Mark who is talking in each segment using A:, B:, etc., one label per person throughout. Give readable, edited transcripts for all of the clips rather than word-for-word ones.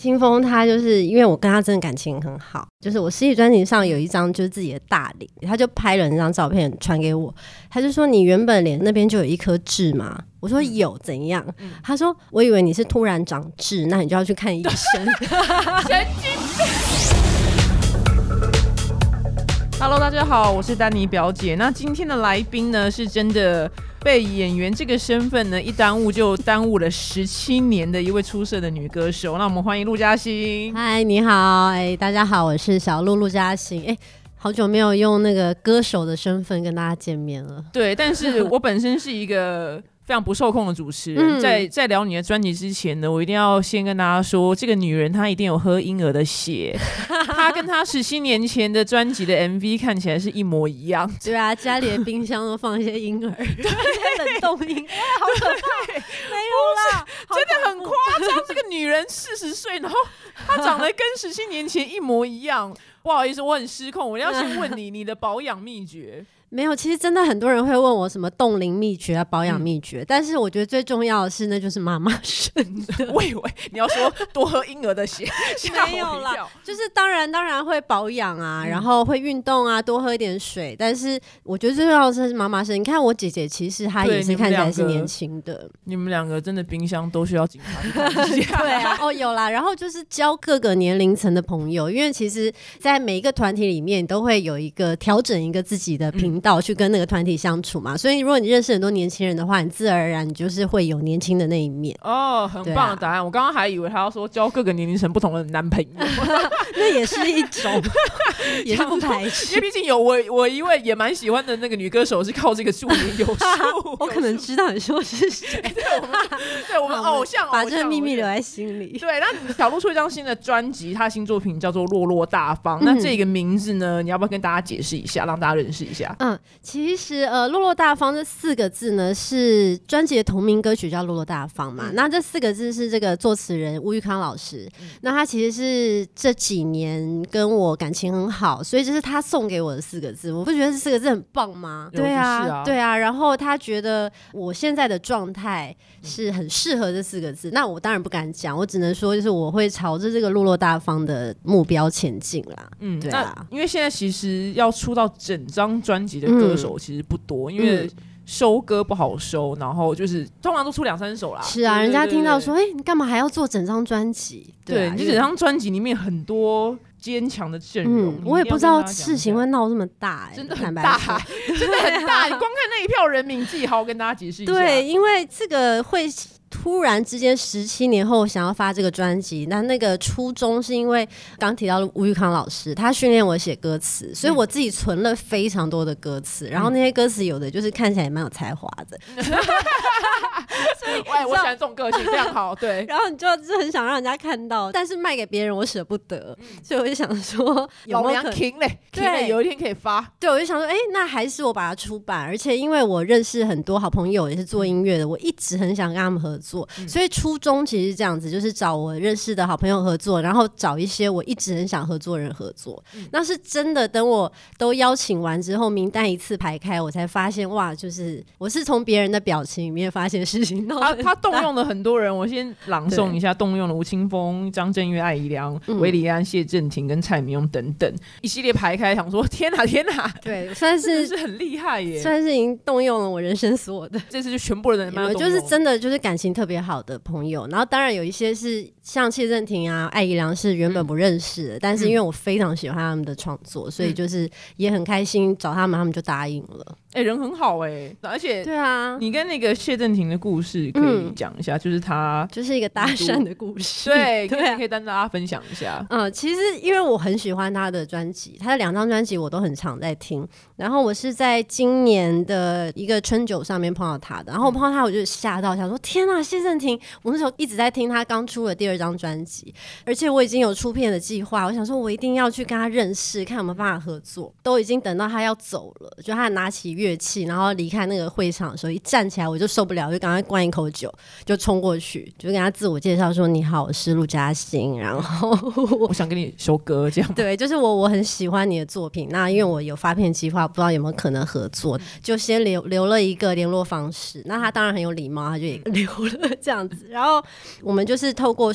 A: 清风他就是因为我跟他真的感情很好，就是我实体专辑上有一张就是自己的大脸，他就拍了那张照片传给我，他就说你原本脸那边就有一颗痣吗？我说有，怎样？他说我以为你是突然长痣，那你就要去看医生。
B: 神经病。Hello， 大家好，我是丹妮表姐。那今天的来宾呢，是真的被演员这个身份呢一耽误就耽误了17年的一位出色的女歌手。那我们欢迎陆嘉欣。
A: 嗨，你好，大家好，我是小陆嘉欣。好久没有用那个歌手的身份跟大家见面了。
B: 对，但是我本身是一个非常不受控的主持人。在聊你的专辑之前呢，我一定要先跟大家说，这个女人她一定有喝婴儿的血。她跟她17年前的专辑的 MV 看起来是一模一样。
A: 对啊，家里的冰箱都放一些婴儿，对，冷冻婴儿，好可怕。没有啦，
B: 真的很夸张。这个女人40岁，然后她长得跟17年前一模一样。不好意思，我很失控。我要先问你，你的保养秘诀。
A: 没有，其实真的很多人会问我什么冻龄秘诀啊、保养秘诀，但是我觉得最重要的是，那就是妈妈生的。
B: 我以为你要说多喝婴儿的血，
A: 没有啦，就是当然会保养啊，然后会运动啊，多喝一点水。但是我觉得最重要的是妈妈生。你看我姐姐，其实她也是看起来是年轻的。
B: 你们两个真的冰箱都需要警察去看一下。
A: 对啊，有啦。然后就是交各个年龄层的朋友，因为其实在每一个团体里面都会有一个调整一个自己的频道去跟那个团体相处嘛，所以如果你认识很多年轻人的话，你自然而然你就是会有年轻的那一面。
B: 哦，很棒的答案。我刚刚还以为他要说交各个年龄层不同的男朋友。
A: 那也是一种，也是不排斥。
B: 因为毕竟有我一位也蛮喜欢的那个女歌手是靠这个助理有数。
A: 我可能知道你说是谁。
B: 对，我们偶像
A: 把这个秘密留在心里。
B: 对，那小陆出一张新的专辑，他新作品叫做《落落大方》。那这个名字呢，你要不要跟大家解释一下，让大家认识一下？
A: 其实落落大方这4个字呢，是专辑的同名歌曲叫落落大方嘛。那这4个字是这个作词人吴玉康老师。那他其实是这几年跟我感情很好，所以这是他送给我的4个字。我不觉得这4个字很棒吗？对啊，对啊。然后他觉得我现在的状态是很适合这4个字。那我当然不敢讲，我只能说就是我会朝着这个落落大方的目标前进啦。对啊。
B: 因为现在其实要出到整张专辑的歌手其实不多，因为收歌不好收，然后就是通常都出2-3首啦。
A: 是啊，人家听到说你干嘛还要做整张专辑？
B: 对，你整张专辑里面很多坚强的阵容。
A: 我也不知道事情会闹这么大。
B: 真的很大。真的很大。你光看那一票人名，自己好好跟大家解释一下。
A: 对，因为这个会突然之间17年后想要发这个专辑，那个初衷是因为刚提到的吴玉康老师，他训练我写歌词，所以我自己存了非常多的歌词，然后那些歌词有的就是看起来也蛮有才华的。所以
B: 我喜欢这种个性，非常好。对，
A: 然后你就是很想让人家看到，但是卖给别人我舍不得，所以我就想说
B: 老娘停嘞，有一天可以发。
A: 对，我就想说那还是我把它出版。而且因为我认识很多好朋友也是做音乐的，我一直很想跟他们合作，所以初衷其实是这样子，就是找我认识的好朋友合作，然后找一些我一直很想合作的人合作。那是真的，等我都邀请完之后，名单一次排开，我才发现哇，就是我是从别人的表情里面发现事情闹得很大。
B: 他动用了很多人，我先朗诵一下，动用了吴青峰、张震岳、艾怡良、韦礼安、谢震廷跟蔡明庸等等一系列排开，想说天哪，
A: 对，算是
B: 很厉害耶，
A: 算是已经动用了我人生所有的。
B: 这次就全部人都
A: 就是真的就是感情特别好的朋友，然后当然有一些是像谢震廷啊、艾怡良是原本不认识的，但是因为我非常喜欢他们的创作，所以就是也很开心找他们，他们就答应了。
B: 人很好而且
A: 对啊，
B: 你跟那个谢震廷的故事可以讲一下，就是他
A: 就是一个搭讪的故事。
B: 对，可以跟大家分享一下。
A: 其实因为我很喜欢他的专辑，他的2张专辑我都很常在听，然后我是在今年的一个春酒上面碰到他的，然后我碰到他我就吓到，想说天啊，谢震廷！我那时候一直在听他刚出的第2张专辑，而且我已经有出片的计划，我想说我一定要去跟他认识，看有没有办法合作。都已经等到他要走了，就他拿起乐器然后离开那个会场的时候，一站起来我就受不了，就赶快灌一口酒，就冲过去，就跟他自我介绍说你好，我是陆嘉欣，然后
B: 我想跟你收歌这样。
A: 对，就是我很喜欢你的作品，那因为我有发片计划，不知道有没有可能合作，就先留了一个联络方式。那他当然很有礼貌，他就也留了这样子。然后我们就是透过手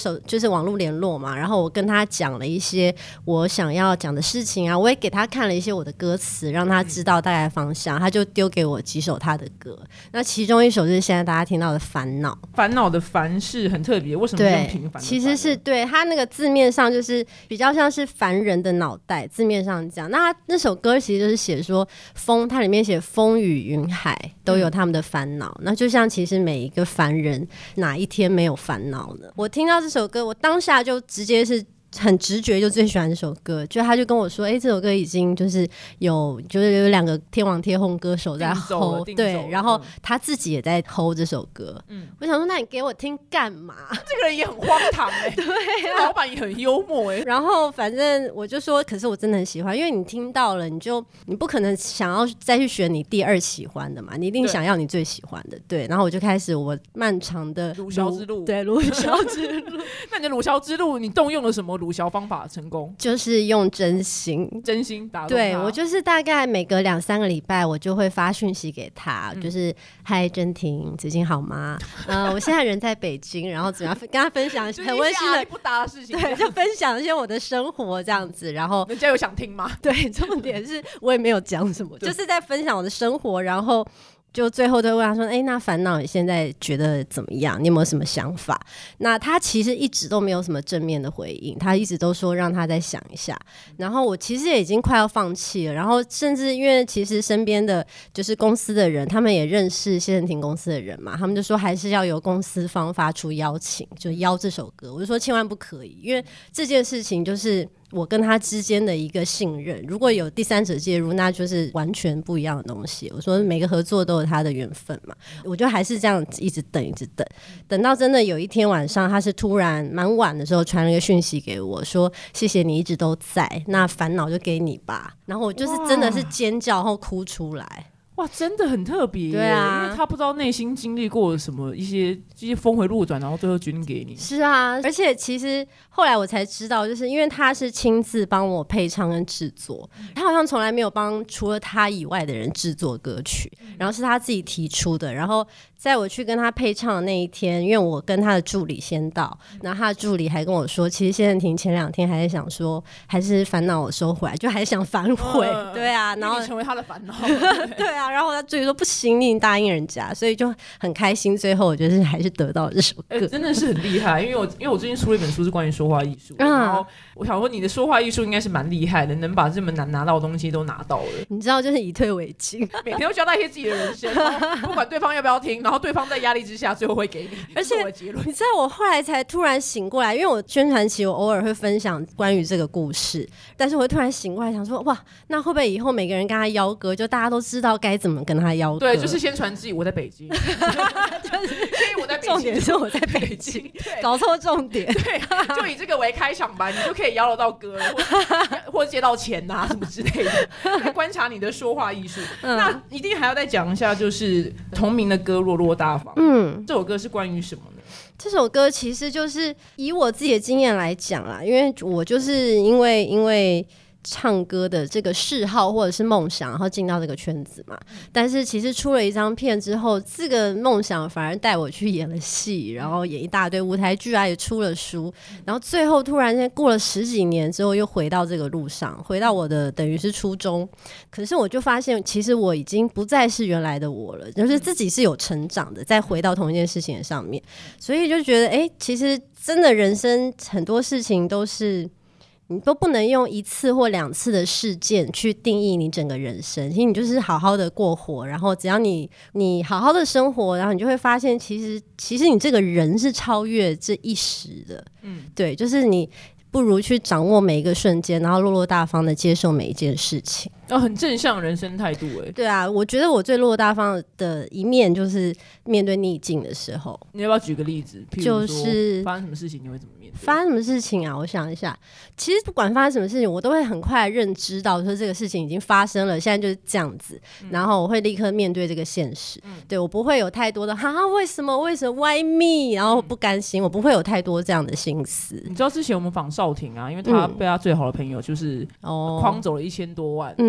A: 就是网络联络嘛，然后我跟他讲了一些我想要讲的事情啊，我也给他看了一些我的歌词，让他知道大概方向，他就丢给我几首他的歌，那其中一首就是现在大家听到的烦恼。
B: 烦恼的烦是很特别，为什么用平凡的烦？
A: 其实是对他那个字面上就是比较像是凡人的脑袋，字面上讲。那首歌其实就是写说风，它里面写风雨云海都有他们的烦恼，那就像其实每一个凡人哪一天没有烦恼呢？我听到这首歌，我当下就直接是很直觉就最喜欢这首歌，就他就跟我说这首歌已经就是有2个天王天后歌手在 hold， 对，然后他自己也在 hold 这首歌。我想说那你给我听干嘛？
B: 这个人也很荒唐对啊，老板也很幽默
A: 然后反正我就说可是我真的很喜欢，因为你听到了你不可能想要再去选你第2喜欢的嘛，你一定想要你最喜欢的。对，然后我就开始我漫长的
B: 鲁小之路。
A: 对，鲁小之路
B: 那你的鲁小之路你动用了什么鲁小方法成功？
A: 就是用真心
B: 打动他。
A: 对，我就是大概每隔2-3个礼拜我就会发讯息给他，就是嗨真婷最近好吗？我现在人在北京，然后怎么样跟他分享很温馨的
B: 不搭的事情，
A: 对，就分享一些我的生活这样子。然后
B: 人家有想听吗？
A: 对，重点是我也没有讲什么，就是在分享我的生活，然后就最后都会问他说那烦恼你现在觉得怎么样，你有没有什么想法？那他其实一直都没有什么正面的回应，他一直都说让他再想一下。然后我其实也已经快要放弃了，然后甚至因为其实身边的就是公司的人，他们也认识谢震廷公司的人嘛，他们就说还是要由公司方发出邀请，就邀这首歌。我就说千万不可以，因为这件事情就是我跟他之间的一个信任，如果有第三者介入，那就是完全不一样的东西。我说每个合作都有他的缘分嘛，我就还是这样一直等到真的有一天晚上，他是突然蛮晚的时候传了一个讯息给我说谢谢你一直都在，那烦恼就给你吧。然后我就是真的是尖叫后哭出来。
B: 哇，真的很特别。
A: 对啊，
B: 因为他不知道内心经历过什么一些峰回路转，然后最后决定给你。
A: 是啊，而且其实后来我才知道，就是因为他是亲自帮我配唱跟制作，他好像从来没有帮除了他以外的人制作歌曲，然后是他自己提出的。然后在我去跟他配唱的那一天，因为我跟他的助理先到，然后他的助理还跟我说，其实谢震廷前2天还在想说，还是烦恼我收回来，就还想反悔。对啊，然后
B: 你成为他的烦恼。
A: 对啊，然后他助理说不行，你已经答应人家，所以就很开心。最后我觉得还是得到了这首歌，
B: 真的是很厉害。因为我最近出了一本书是关于说话艺术，然后我想说你的说话艺术应该是蛮厉害的，能把这么难拿到的东西都拿到了。
A: 你知道，就是以退为进，
B: 每天都交代一些自己的人生，不管对方要不要听，然后对方在压力之下最后会给你。
A: 而且你知道我后来才突然醒过来，因为我宣传期我偶尔会分享关于这个故事，但是我会突然醒过来想说，哇，那会不会以后每个人跟他邀歌，就大家都知道该怎么跟他邀歌？
B: 对，就是宣传自己我在北京，就是我在北京，
A: 重点是我在北京，搞错重点。
B: 对，就以这个为开场白，你就可以邀得到歌了，或者接到钱啊什么之类的。观察你的说话艺术，那一定还要再讲一下，就是同名的歌《落落大方》。这首歌是关于什么呢？
A: 这首歌其实就是以我自己的经验来讲啦，因为我就是因为唱歌的这个嗜好或者是梦想，然后进到这个圈子嘛。但是其实出了一张片之后，这个梦想反而带我去演了戏，然后演一大堆舞台剧啊，也出了书，然后最后突然间过了10几年之后，又回到这个路上，回到我的等于是初衷。可是我就发现，其实我已经不再是原来的我了，就是自己是有成长的，再回到同一件事情上面，所以就觉得，其实真的人生很多事情都是。你都不能用1次或2次的事件去定义你整个人生，其实你就是好好的过活，然后只要你好好的生活，然后你就会发现其实你这个人是超越这一时的。对，就是你不如去掌握每一个瞬间，然后落落大方的接受每一件事情。
B: 很正向人生态度。
A: 对啊，我觉得我最落落大方的一面就是面对逆境的时候。
B: 你要不要举个例子？譬如说就是发生什么事情你会怎么面对？
A: 发生什么事情啊？我想一下，其实不管发生什么事情，我都会很快认知到说这个事情已经发生了，现在就是这样子，然后我会立刻面对这个现实。对，我不会有太多的为什么 why me， 然后不甘心，我不会有太多这样的心思。
B: 你知道之前我们访少廷啊，因为他被他最好的朋友就是诓走了1000多万，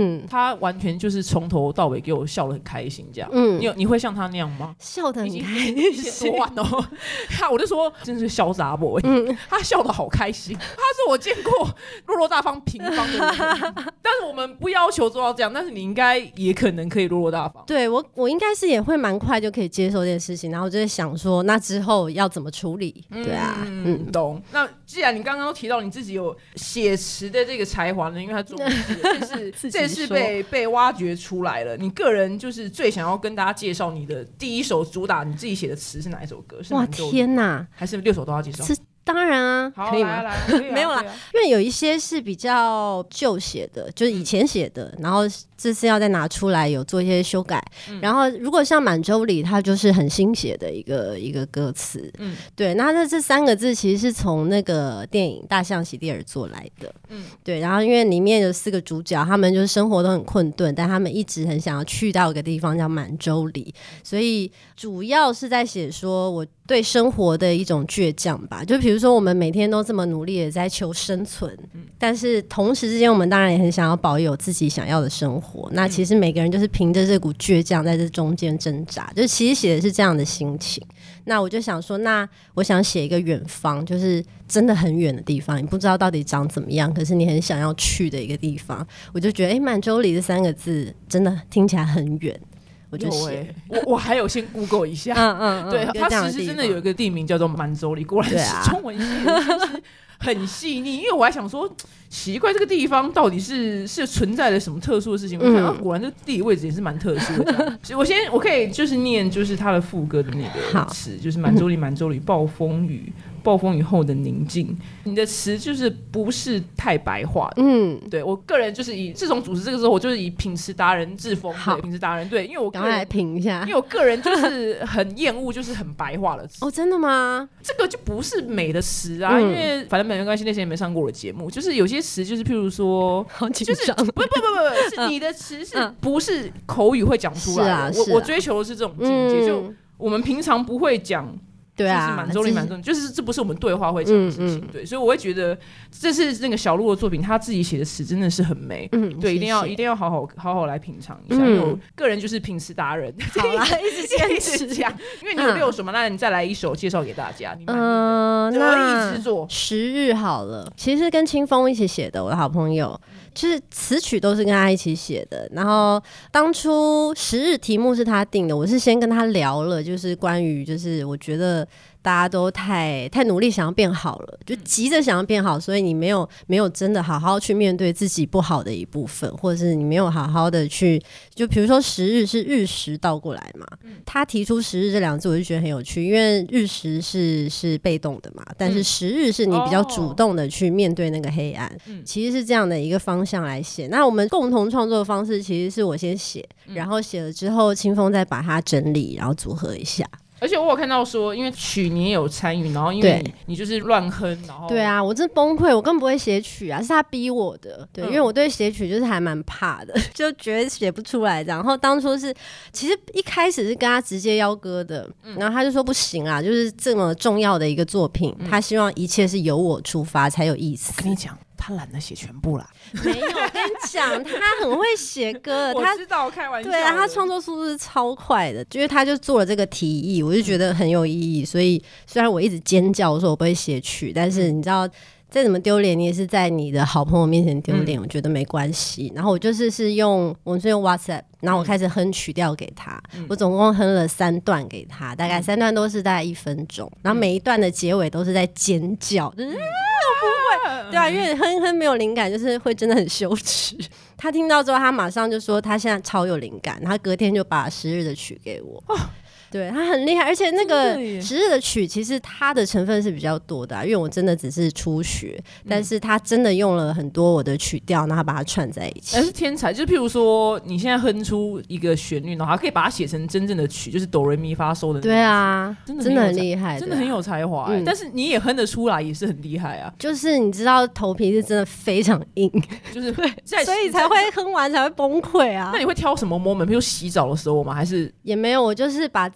B: 他完全就是从头到尾给我笑得很开心这样。你会像他那样吗？
A: 笑得很开心，
B: 多晚哦。我就说真是潇洒 boy，他笑得好开心，他是我见过落落大方平方的人。但是我们不要求做到这样，但是你应该也可能可以落落大方。
A: 对，我应该是也会蛮快就可以接受这件事情，然后我就在想说那之后要怎么处理。对啊，
B: 懂。那既然你刚刚都提到你自己有写词的这个才华呢，因为他中文这是被挖掘出来了。你个人就是最想要跟大家介绍你的第一首主打你自己写的词是哪一首歌？是
A: 哇天哪，
B: 还是6首都要介绍？
A: 当然啊，
B: 好，
A: 可以吗？没有啦，因为有一些是比较旧写的，就是以前写的，然后这次要再拿出来有做一些修改。然后如果像满洲里，它就是很新写的一个歌词。对，那这3个字其实是从那个电影《大象席地而坐》来的。对，然后因为里面有4个主角，他们就是生活都很困顿，但他们一直很想要去到一个地方叫满洲里，所以主要是在写说我对生活的一种倔强吧。就比如说我们每天都这么努力的在求生存，但是同时之间我们当然也很想要保有自己想要的生活。那其实每个人就是凭着这股倔强在这中间挣扎，就其实写的是这样的心情。那我就想说，那我想写一个远方，就是真的很远的地方，你不知道到底长怎么样，可是你很想要去的一个地方。我就觉得满洲里这3个字真的听起来很远，我就写。
B: 我还有先 Google 一下。对，它其实真的有一个地名叫做满洲里，果然是中文系的，就是很细腻。因为我还想说奇怪，这个地方到底是存在了什么特殊的事情？我看到果然这地理位置也是蛮特殊的。所以我可以就是念就是他的副歌的那个词，就是满洲里满洲里暴风雨后的宁静。你的词就是不是太白话的。对，我个人就是以自从主持这个时候，我就是以品词达人自封。对，品词达人。对，因为我
A: 赶快来评一下，
B: 因为我个人就是很厌恶就是很白话的词。
A: 哦，真的吗？
B: 这个就不是美的词啊。因为反正没关系，那些也没上过我的节目，就是有些词就是譬如说，
A: 好紧张，
B: 就是不，是你的词是不是口语会讲出来的？我追求的是这种境界，就我们平常不会讲。对啊，就是满洲里，就是这不是我们对话会讲的事情。对，所以我会觉得这是那个小鹿的作品，他自己写的词真的是很美。对，一定要好好来品尝一下。因为我个人就是品词达人，
A: 好啦，一直讲，
B: 因为你有6首嘛，那你再来1首介绍给大家。得意之作
A: 《时日》好了，其实跟清风一起写的，我的好朋友。就是词曲都是跟他一起写的，然后当初《时日》题目是他定的，我是先跟他聊了，就是关于就是我觉得大家都太努力想要变好了，就急着想要变好，所以你没有真的好好去面对自己不好的一部分，或者是你没有好好的去，就比如说时日是日食倒过来嘛，他提出时日这2个字我就觉得很有趣，因为日食是被动的嘛，但是时日是你比较主动的去面对那个黑暗，其实是这样的一个方向来写。那我们共同创作的方式其实是我先写，然后写了之后清风再把它整理，然后组合一下。
B: 而且我有看到说，因为曲你也有参与，然后因为你就是乱哼，然后
A: 对啊，我真崩溃，我根本不会写曲啊，是他逼我的。对，因为我对写曲就是还蛮怕的，就觉得写不出来这样。然后当初是其实一开始是跟他直接邀歌的，然后他就说不行啊，就是这么重要的一个作品，他希望一切是由我出发才有意思。
B: 跟你讲。他懒得写全部啦，
A: 没有，我跟你讲，他很会写歌，
B: 我知道，开玩笑。
A: 对啊，他创作速度是超快的，因为他就做了这个提议，我就觉得很有意义。所以虽然我一直尖叫我说我不会写曲，但是你知道。再怎么丢脸，你也是在你的好朋友面前丢脸，我觉得没关系。然后我就是用 WhatsApp， 然后我开始哼曲调给他，我总共哼了3段给他，大概3段都是大概1分钟，然后每一段的结尾都是在尖叫，就是我不会，对啊，因为哼没有灵感，就是会真的很羞耻。他听到之后，他马上就说他现在超有灵感，他隔天就把时日的曲给我。对，他很厉害，而且那个时日的曲其实它的成分是比较多的，因为我真的只是初学，但是他真的用了很多我的曲调，然后把它串在一起。
B: 是天才，就譬如说你现在哼出一个旋律，然后可以把它写成真正的曲，就是哆来咪发嗦的那种。
A: 对啊，真的很厉害，
B: 真的很有才华。但是你也哼得出来，也是很厉害啊。
A: 就是你知道头皮是真的非常硬，
B: 就是
A: 所以才会哼完才会崩溃啊。
B: 那你会挑什么 moment？ 比如洗澡的时候吗？还是
A: 也没有，我就是把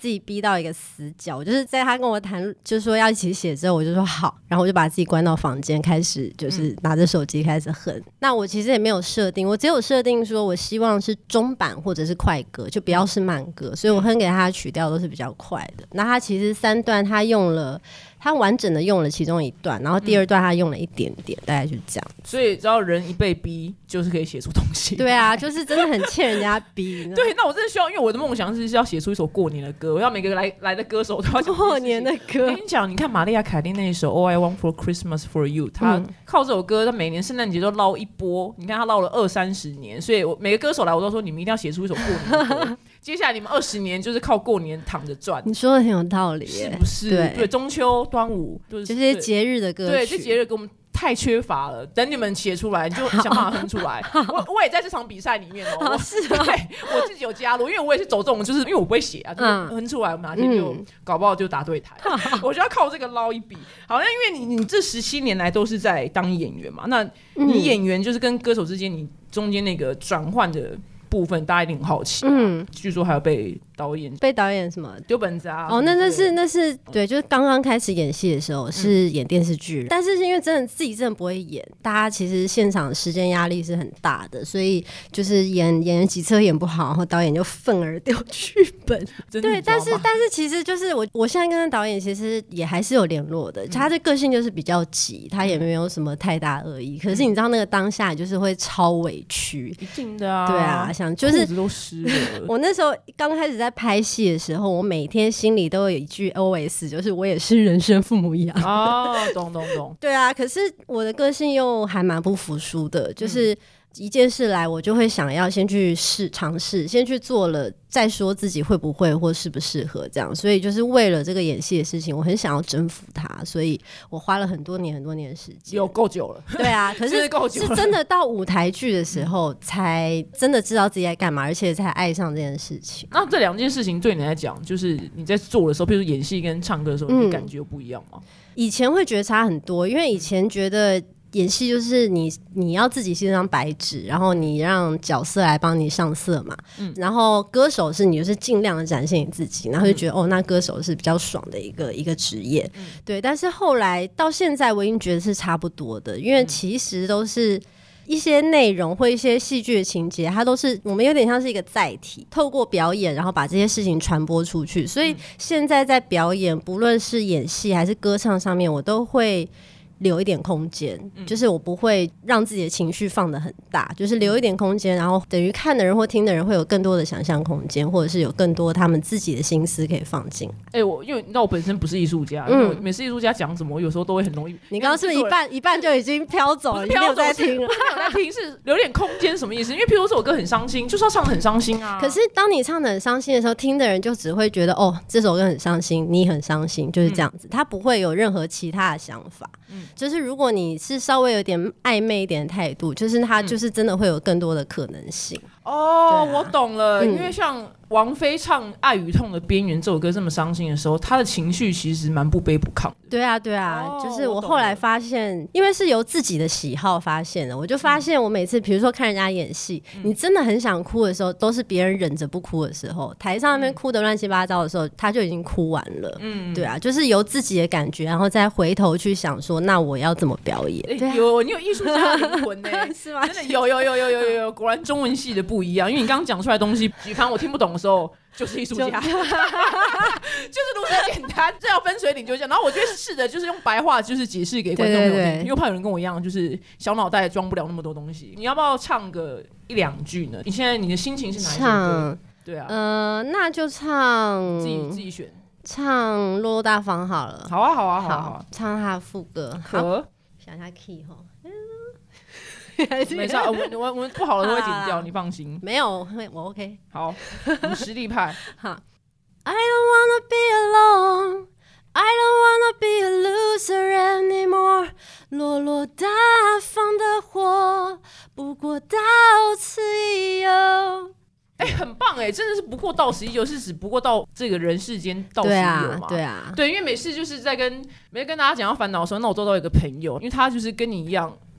A: 自己逼到一个死角，就是在他跟我谈就是说要一起写之后，我就说好，然后我就把自己关到房间，开始就是拿着手机开始哼。那我其实也没有设定，我只有设定说我希望是中版或者是快歌，就不要是慢歌，所以我哼给他的曲调都是比较快的。那他其实3段他完整的用了其中1段，然后第2段他用了一点点，大概就是这样。
B: 所以只要人一被逼，就是可以写出东西。
A: 对啊，就是真的很欠人家逼。
B: 对，那我真的需要，因为我的梦想是要写出一首过年的歌，我要每个来的歌手都要讲
A: 过年的歌。
B: 我跟你讲，你看玛丽亚凯莉那一首《All I Want for Christmas for You》，她靠这首歌，她每年圣诞节都捞一波。你看她捞了20-30年，所以每个歌手来，我都说你们一定要写出一首过年的歌。接下来你们20年就是靠过年躺着赚。
A: 你说的很有道理耶，
B: 是不是？对，中秋、端午
A: 就是这些节日的歌曲，
B: 对，这节日给我们太缺乏了。等你们写出来，你就想办法哼出来。我也在这场比赛里面哦，
A: 是啊，
B: 我自己有加入，因为我也是走这种，就是因为我不会写啊，就是哼出来，我们哪天就搞不好就答对台。我就要靠这个捞一笔。好像因为你这17年来都是在当演员嘛，那你演员就是跟歌手之间，你中间那个转换的部分，大家一定很好奇。据说还有被导演什么丢本子啊？哦，
A: 那是对，就是刚刚开始演戏的时候是演电视剧，但是因为真的不会演，大家其实现场时间压力是很大的，所以就是演员几次演不好，然后导演就愤而丢剧本。对，但是其实就是我现在跟导演其实也还是有联络的，他的个性就是比较急，他也没有什么太大恶意，可是你知道那个当下就是会超委屈，
B: 一定的啊，
A: 对啊，想就是
B: 裤子都湿了。
A: 我那时候刚开始在拍戏的时候，我每天心里都有一句 OS， 就是我也是人生父母养。
B: 哦，懂。
A: 对啊，可是我的个性又还蛮不服输的，就是一件事来，我就会想要先去尝试，先去做了再说自己会不会或适不适合这样。所以就是为了这个演戏的事情，我很想要征服他，所以我花了很多年的时间。
B: 有够久了。对
A: 啊，可是是真的到舞台剧的时候才真的知道自己在干嘛，而且才爱上这件事情。
B: 那这2件事情对你来讲，就是你在做的时候，譬如演戏跟唱歌的时候，你感觉有不一样吗？
A: 以前会觉得差很多，因为以前觉得演戏就是你要自己是张白纸，然后你让角色来帮你上色嘛，然后歌手是你就是尽量的展现你自己，然后就觉得那歌手是比较爽的一个职业，对。但是后来到现在，我已经觉得是差不多的，因为其实都是一些内容或一些戏剧的情节，它都是我们有点像是一个载体，透过表演然后把这些事情传播出去。所以现在在表演，不论是演戏还是歌唱上面，我都会留一点空间，就是我不会让自己的情绪放得很大，就是留一点空间，然后等于看的人或听的人会有更多的想象空间，或者是有更多他们自己的心思可以放进。
B: 因为你知道我本身不是艺术家，因为我每次艺术家讲什么，我有时候都会很容易。
A: 你刚刚是不是一半就已经飘走了？你没有在听了？
B: 没有在听，是留点空间什么意思？因为譬如说这首歌很伤心，就是要唱得很伤心啊。
A: 可是当你唱得很伤心的时候，听的人就只会觉得这首歌很伤心，你很伤心，就是这样子，他不会有任何其他的想法。就是如果你是稍微有点暧昧一点的态度，就是他就是真的会有更多的可能性。
B: 我懂了，因为像王菲唱《爱与痛的边缘》这首歌这么伤心的时候，她的情绪其实蛮不卑不亢的。
A: 对啊，就是我后来发现，因为是由自己的喜好发现的，我就发现我每次比如说看人家演戏，你真的很想哭的时候，都是别人忍着不哭的时候，台上那边哭得乱七八糟的时候，他就已经哭完了。对啊，就是由自己的感觉，然后再回头去想说，那我要怎么表演？
B: 你有艺术家的灵魂呢？
A: 是吗？
B: 真的有，果然中文系的不一样，因为你刚刚讲出来的东西，举凡我听不懂的时候，就是艺术家，就是如此简单。这要分水岭就这样。然后我就会试着就是用白话就是解释给观众朋友听，因为怕有人跟我一样，就是小脑袋装不了那么多东西。你要不要唱个1-2句呢？你现在你的心情是哪一首歌？对啊，
A: 那就唱
B: 自己选，
A: 唱《落落大方》好了。
B: 好啊，
A: 唱他的副歌。
B: 好，
A: 想一下 key 哈。
B: 没事，我们不好的都会剪掉，你放心。
A: 没有，我 OK。
B: 好，我们实力派。
A: 好 I don't wanna be alone, I don't wanna be a loser anymore。落落大方的活，不过到此一游。
B: 很棒真的是不过到此一游，是指不过到这个人世间到此一游嘛？对，因为每次就是在跟大家讲要烦恼的时候，那我周遭有一个朋友，因为他就是跟你一样。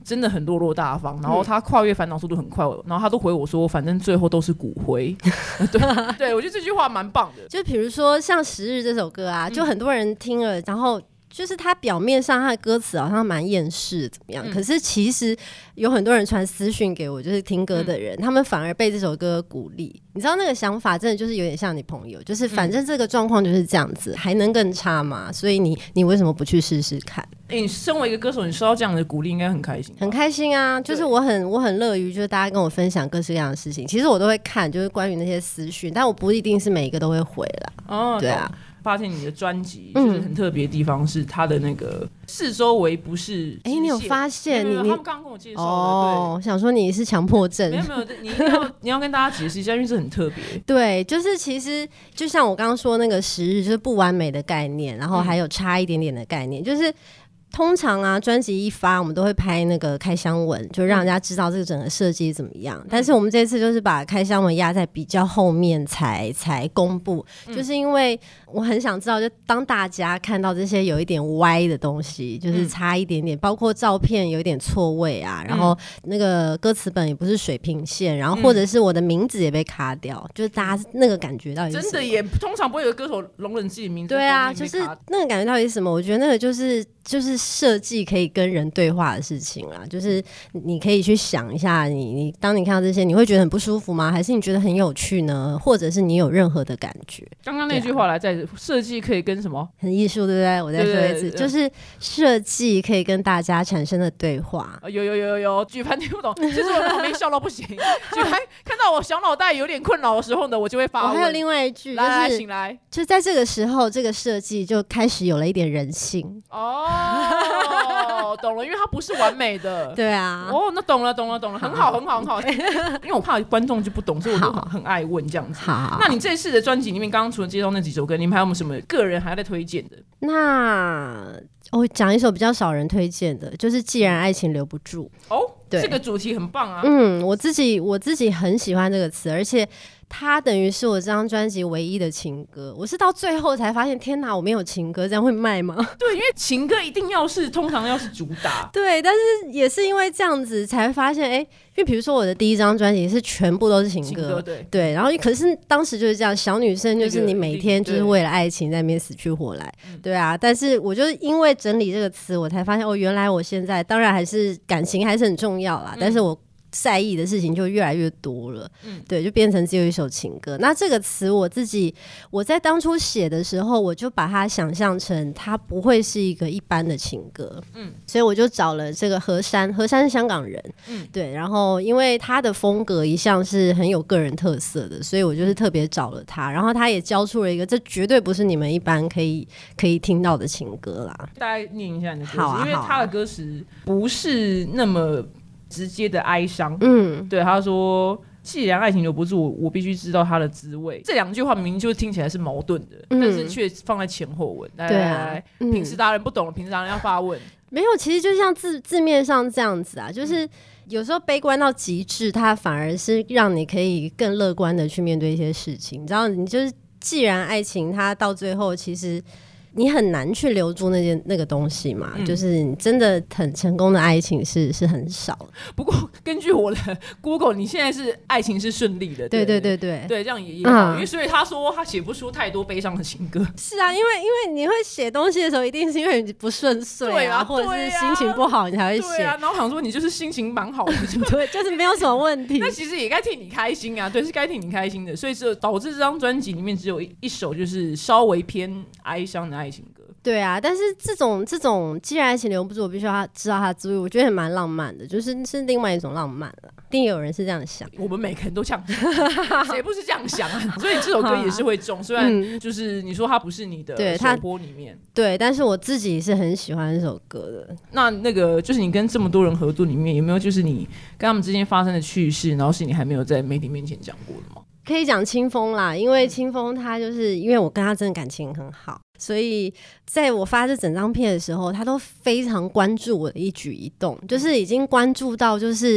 B: 真的很落落大方，然后他跨越烦恼速度很快，然后他都回我说反正最后都是骨灰。对，我觉得这句话蛮棒的。
A: 就比如说像《十日》这首歌啊，就很多人听了，然后就是他表面上他的歌词好像蛮厌世怎么样，可是其实有很多人传私讯给我，就是听歌的人，他们反而被这首歌鼓励。你知道那个想法真的就是有点像你朋友，就是反正这个状况就是这样子，还能更差吗？所以你为什么不去试试看？
B: 你身为一个歌手，你收到这样的鼓励应该很开心。
A: 很开心啊，就是我很乐于就是大家跟我分享各式各样的事情，其实我都会看，就是关于那些私讯，但我不一定是每一个都会回啦。对啊。
B: 发现你的专辑就是很特别的地方是它的那个四周围不是
A: 你有发现？
B: 他们刚刚跟我介绍的。
A: 对，想说你是强迫症。
B: 没有，你要跟大家解释一下，因为这很特别。
A: 对，就是其实就像我刚刚说那个10日，就是不完美的概念，然后还有差一点点的概念，就是通常啊，专辑一发，我们都会拍那个开箱文，就让人家知道这个整个设计怎么样。但是我们这次就是把开箱文压在比较后面才公布，就是因为我很想知道，就当大家看到这些有一点歪的东西，就是差一点点，包括照片有一点错位啊，然后那个歌词本也不是水平线，然后或者是我的名字也被卡掉，就是大家那个感觉到底是什么？
B: 真的也通常不会有歌手容忍自己的名字。
A: 对啊，就是那个感觉到底是什么？我觉得那个就是设计可以跟人对话的事情啦，就是你可以去想一下，你当你看到这些，你会觉得很不舒服吗？还是你觉得很有趣呢？或者是你有任何的感觉？
B: 刚刚那句话来再设计可以跟什么？
A: 很艺术，对不对？我再说一次，就是设计可以跟大家产生的对话。
B: 有，举凡听不懂，就是我在旁边笑到不行。举凡看到我小脑袋有点困扰的时候呢，我就会发问。
A: 我还有另外一句，
B: 来醒来，
A: 就在这个时候，这个设计就开始有了一点人性。
B: 懂了，因为它不是完美的。
A: 对啊。
B: 那懂了，很好。因为我怕观众就不懂，所以我就很爱问这样子。
A: 好，
B: 那你这次的专辑里面，刚刚除了介绍那几首歌，你们还有没有什么个人还在推荐的？
A: 那我讲一首比较少人推荐的，就是既然爱情留不住。对，
B: 这个主题很棒啊。
A: 我自己很喜欢这个词，而且它等于是我这张专辑唯一的情歌。我是到最后才发现，天哪，我没有情歌，这样会卖吗？
B: 对，因为情歌一定通常要是主打。
A: 对，但是也是因为这样子才发现，因为比如说我的第一张专辑是全部都是情歌，对，然后可是当时就是这样，小女生就是你每天就是为了爱情在那边死去活来，对啊。但是我就是因为整理这个词，我才发现原来我现在当然还是感情还是很重要啦，但是我在意的事情就越来越多了，对，就变成只有一首情歌。那这个词我在当初写的时候，我就把它想象成它不会是一个一般的情歌，所以我就找了这个何山是香港人，对，然后因为他的风格一向是很有个人特色的，所以我就是特别找了他，然后他也交出了一个这绝对不是你们一般可以听到的情歌啦。
B: 大概念一下你的歌词，因为他的歌词不是那么直接的哀伤，对，他说既然爱情留不住，我必须知道它的滋味。这两句话明明就听起来是矛盾的，但是却放在前后文。来，平时达人不懂了，平时达人要发问。
A: 没有，其实就像字面上这样子啊，就是有时候悲观到极致，它反而是让你可以更乐观的去面对一些事情。你知道，你就是既然爱情它到最后其实你很难去留住那个东西嘛，就是你真的很成功的爱情是很少的。
B: 不过根据我的 Google， 你现在是爱情是顺利的，
A: 对，
B: 这样也好，因为所以他说他写不出太多悲伤的情歌。
A: 是啊，因为你会写东西的时候，一定是因为你不顺遂啊，或者是心情不好，你才会写。
B: 对啊，然后我想说你就是心情蛮好的，
A: 对，就是没有什么问题。
B: 那其实也该替你开心啊，对，是该替你开心的。所以是导致这张专辑里面只有一首就是稍微偏哀伤的爱情歌。
A: 对啊，但是这种既然爱情留不住，我必须要知道它的滋味，我觉得也蛮浪漫的，就是另外一种浪漫了。一定有人是这样想，
B: 我们每个人都这样想，谁不是这样想啊？所以这首歌也是会中，虽然就是你说它不是你的首播里面，
A: 对，但是我自己是很喜欢这首歌的。
B: 那个就是你跟这么多人合作里面，有没有就是你跟他们之间发生的趣事，然后是你还没有在媒体面前讲过的吗？
A: 可以讲清风啦，因为清风他就是因为我跟他真的感情很好，所以在我发这整张片的时候，他都非常关注我的一举一动，就是已经关注到就是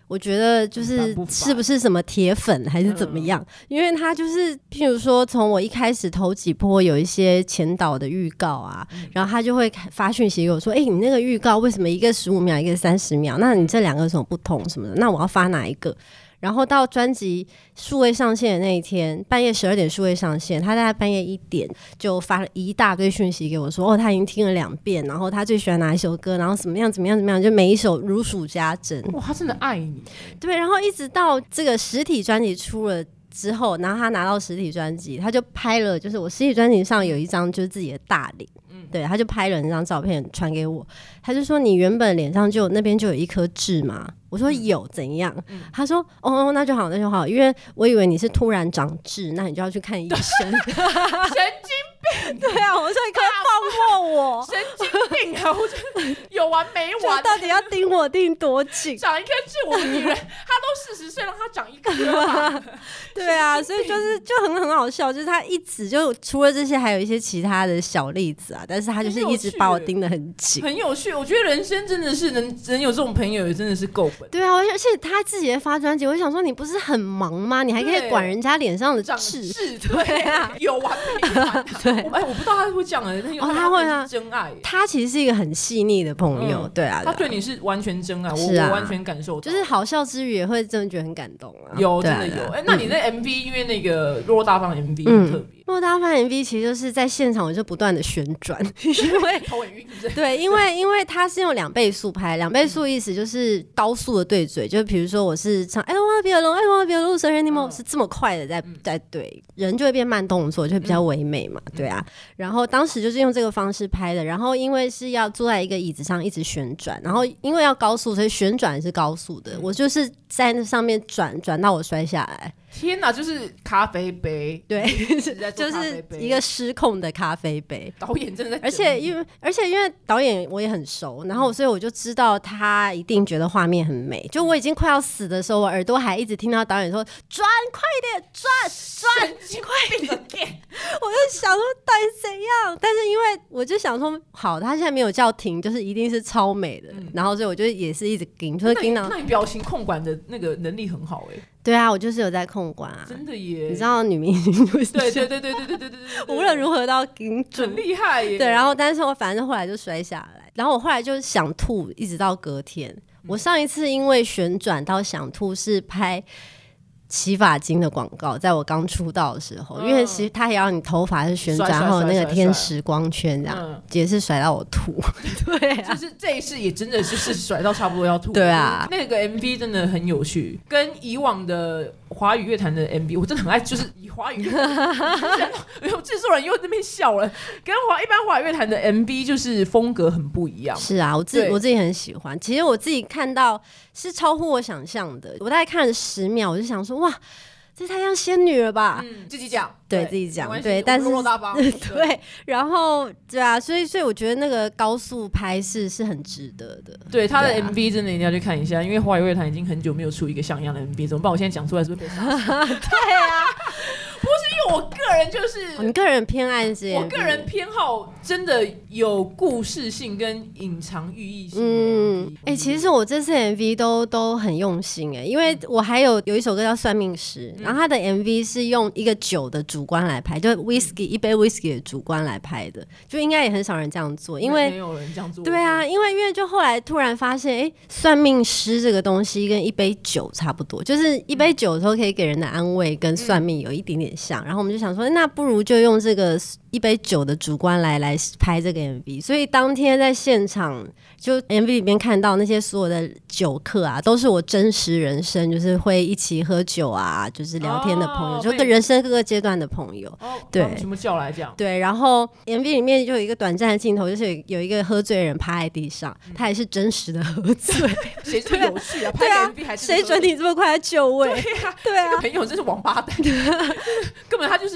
A: 我觉得就是是不是什么铁粉还是怎么样，因为他就是譬如说从我一开始头几波有一些前导的预告啊，然后他就会发讯息给我说你那个预告为什么一个15秒一个30秒，那你这2个有什么不同什么的，那我要发哪一个。然后到专辑数位上线的那一天，半夜12点数位上线，他在半夜1点就发了一大堆讯息给我说他已经听了2遍，然后他最喜欢哪一首歌，然后怎么样怎么样怎么样，就每一首如数家珍。
B: 哇，他真的爱你。
A: 对，然后一直到这个实体专辑出了之后，然后他拿到实体专辑，他就拍了，就是我实体专辑上有一张就是自己的大脸，对，他就拍了那张照片传给我，他就说你原本脸上那边就有一颗痣吗？我说有，怎样？他说那就好那就好，因为我以为你是突然长痣，那你就要去看医生。神经
B: 病！
A: 对啊，我说你可以放过我。
B: 神经病啊！我觉得有完没完？
A: 到底要盯我盯多紧？
B: 长一颗痣，我的女人，她都40岁，让她长一颗吧。
A: 对啊，所以就很好笑，就是他一直就除了这些，还有一些其他的小例子啊，但是他就是一直把我盯得很紧，
B: 很有趣。我觉得人生真的是能有这种朋友，也真的是够本。
A: 对啊，而且他自己在发专辑，我想说你不是很忙吗？你还可以管人家脸上的痣，
B: 对啊，有完没完？对，我不知道他会这样他会啊，真爱。
A: 他其实是一个很细腻的朋友，对啊，
B: 他对你是完全真爱，我完全感受到，
A: 就是好笑之余也会真的觉得很感动啊。
B: 有，真的有。那你那 MV 因为那个落落大方的 MV 很特别。
A: 落大方 MV 其实就是在现场我就不断的旋转，因为
B: 头很晕，
A: 对，因为它是用2倍速拍，2倍速意思就是高速的对嘴，就比如说我是唱 I don't wanna be alone I don't wanna be alone anymore， 是这么快的在对，人就会变慢动作，就会比较唯美嘛，对啊。然后当时就是用这个方式拍的，然后因为是要坐在一个椅子上一直旋转，然后因为要高速，所以旋转是高速的，我就是在那上面转到我摔下来。
B: 天哪，就是咖啡杯，
A: 对，就是一个失控的咖啡杯。
B: 导演真的在，
A: 而且因为导演我也很熟，然后所以我就知道他一定觉得画面很美。就我已经快要死的时候，我耳朵还一直听到导演说转快点，转快点。我就想说到底怎样？但是因为我就想说，好，他现在没有叫停，就是一定是超美的。然后所以我就也是一直盯，就是盯到。
B: 那你表情控管的那个能力很好
A: 对啊，我就是有在控管啊，
B: 真的耶！
A: 你知道女明星就是
B: 对，
A: 无论如何都要盯住，
B: 很厉害耶。
A: 对，然后但是我反正后来就摔下来，然后我后来就想吐，一直到隔天。我上一次因为旋转到想吐是拍洗发精的广告，在我刚出道的时候，因为其实它也要你头发是旋转，然后有那个天使光圈这样，也是甩到我吐。对啊，
B: 就是这一次也真的就是甩到差不多要吐。
A: 对啊，
B: 那个 MV 真的很有趣，跟以往的华语乐坛的 MV， 我真的很爱，就是以华语乐坛，制作人又在那边笑了，跟一般华语乐坛的 MV 就是风格很不一样。
A: 是啊，我自己很喜欢。其实我自己看到是超乎我想象的，我大概看了10秒，我就想说哇，这太像仙女了吧？
B: 自己讲，
A: 对自己讲，对，但是对，然后对啊，所以我觉得那个高速拍是很值得的。
B: 对，他的 MV 真的一定要去看一下，因为华语乐坛已经很久没有出一个像样的 MV， 怎么办？我现在讲出来是不是被杀？
A: 对啊。
B: 不是因为我个人就是
A: 你个人偏爱这些，
B: 我个人偏好真的有故事性跟隐藏寓意性。
A: 其实我这次 MV 都很用心因为我还有一首歌叫《算命师》，然后他的 MV 是用一个酒的主观来拍，就 whisky 一杯 whisky 的主观来拍的，就应该也很少人这样做，因为
B: 没有人这样做。
A: 对啊，因为就后来突然发现，算命师这个东西跟一杯酒差不多，就是一杯酒的时候可以给人的安慰跟算命有一点点像，然后我们就想说，那不如就用这个一杯酒的主观来拍这个 MV， 所以当天在现场就 MV 里面看到那些所有的酒客啊，都是我真实人生，就是会一起喝酒啊，就是聊天的朋友，就跟人生各个阶段的朋友，对，
B: 什么叫来讲？
A: 对，然后 MV 里面就有一个短暂的镜头，就是有一个喝醉的人趴在地上，他也是真实的喝醉，
B: 谁这么有趣啊？拍 MV 还
A: 谁准你这么快来就位？
B: 对啊，这个朋友真是王八蛋，根本他就是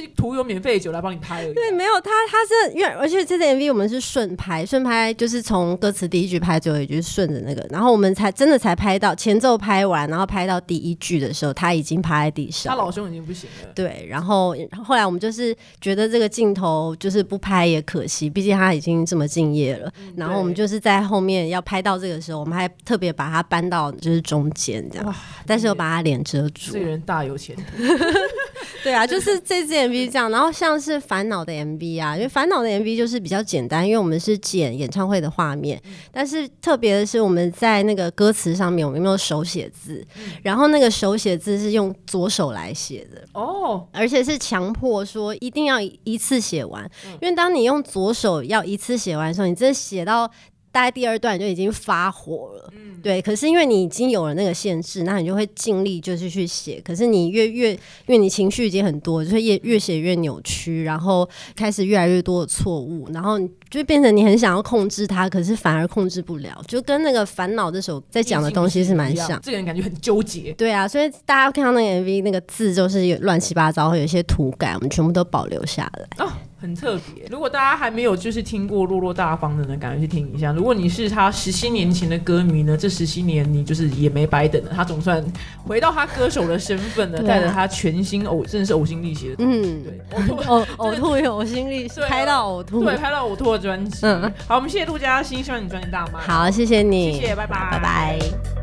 B: 图有免费的酒来帮你拍而已。
A: 对，没有他是因为而且这支 MV 我们是顺拍就是从歌词第一句拍最后一句顺着那个，然后我们真的才拍到前奏拍完，然后拍到第一句的时候他已经趴在地上，
B: 他老兄已经不行了。
A: 对，然后后来我们就是觉得这个镜头就是不拍也可惜，毕竟他已经这么敬业了，然后我们就是在后面要拍到这个时候，我们还特别把他搬到就是中间这样，但是又把他脸遮住。
B: 这个人大有前途。
A: 对啊，就是这支 MV 这样。然后像是烦恼的 MV 啊，因为烦恼的 MV 就是比较简单，因为我们是剪演唱会的画面，但是特别的是我们在那个歌词上面我们有没有手写字，然后那个手写字是用左手来写的哦，而且是强迫说一定要一次写完，因为当你用左手要一次写完的时候，你这写到大概第二段就已经发火了，对。可是因为你已经有了那个限制，那你就会尽力就是去写。可是你因为你情绪已经很多，就会越写越扭曲，然后开始越来越多的错误，然后就变成你很想要控制它，可是反而控制不了，就跟那个烦恼这首在讲的东西是蛮像。
B: 这个人感觉很纠结。
A: 对啊，所以大家看到那个 MV 那个字就是乱七八糟，会有一些涂改，我们全部都保留下来。
B: 哦，很特别。如果大家还没有就是听过落落大方的呢，赶快去听一下。如果你是他17年前的歌迷呢，这17年你就是也没白等了，他总算回到他歌手的身份了，带着他全新真的是呕心沥血的，对，
A: 呕吐有呕心沥血，拍到呕吐，
B: 对，拍到呕吐的专辑。好，我们谢谢陆嘉欣，希望你专辑大卖。
A: 好，谢谢你，
B: 谢谢，拜拜，
A: 拜拜。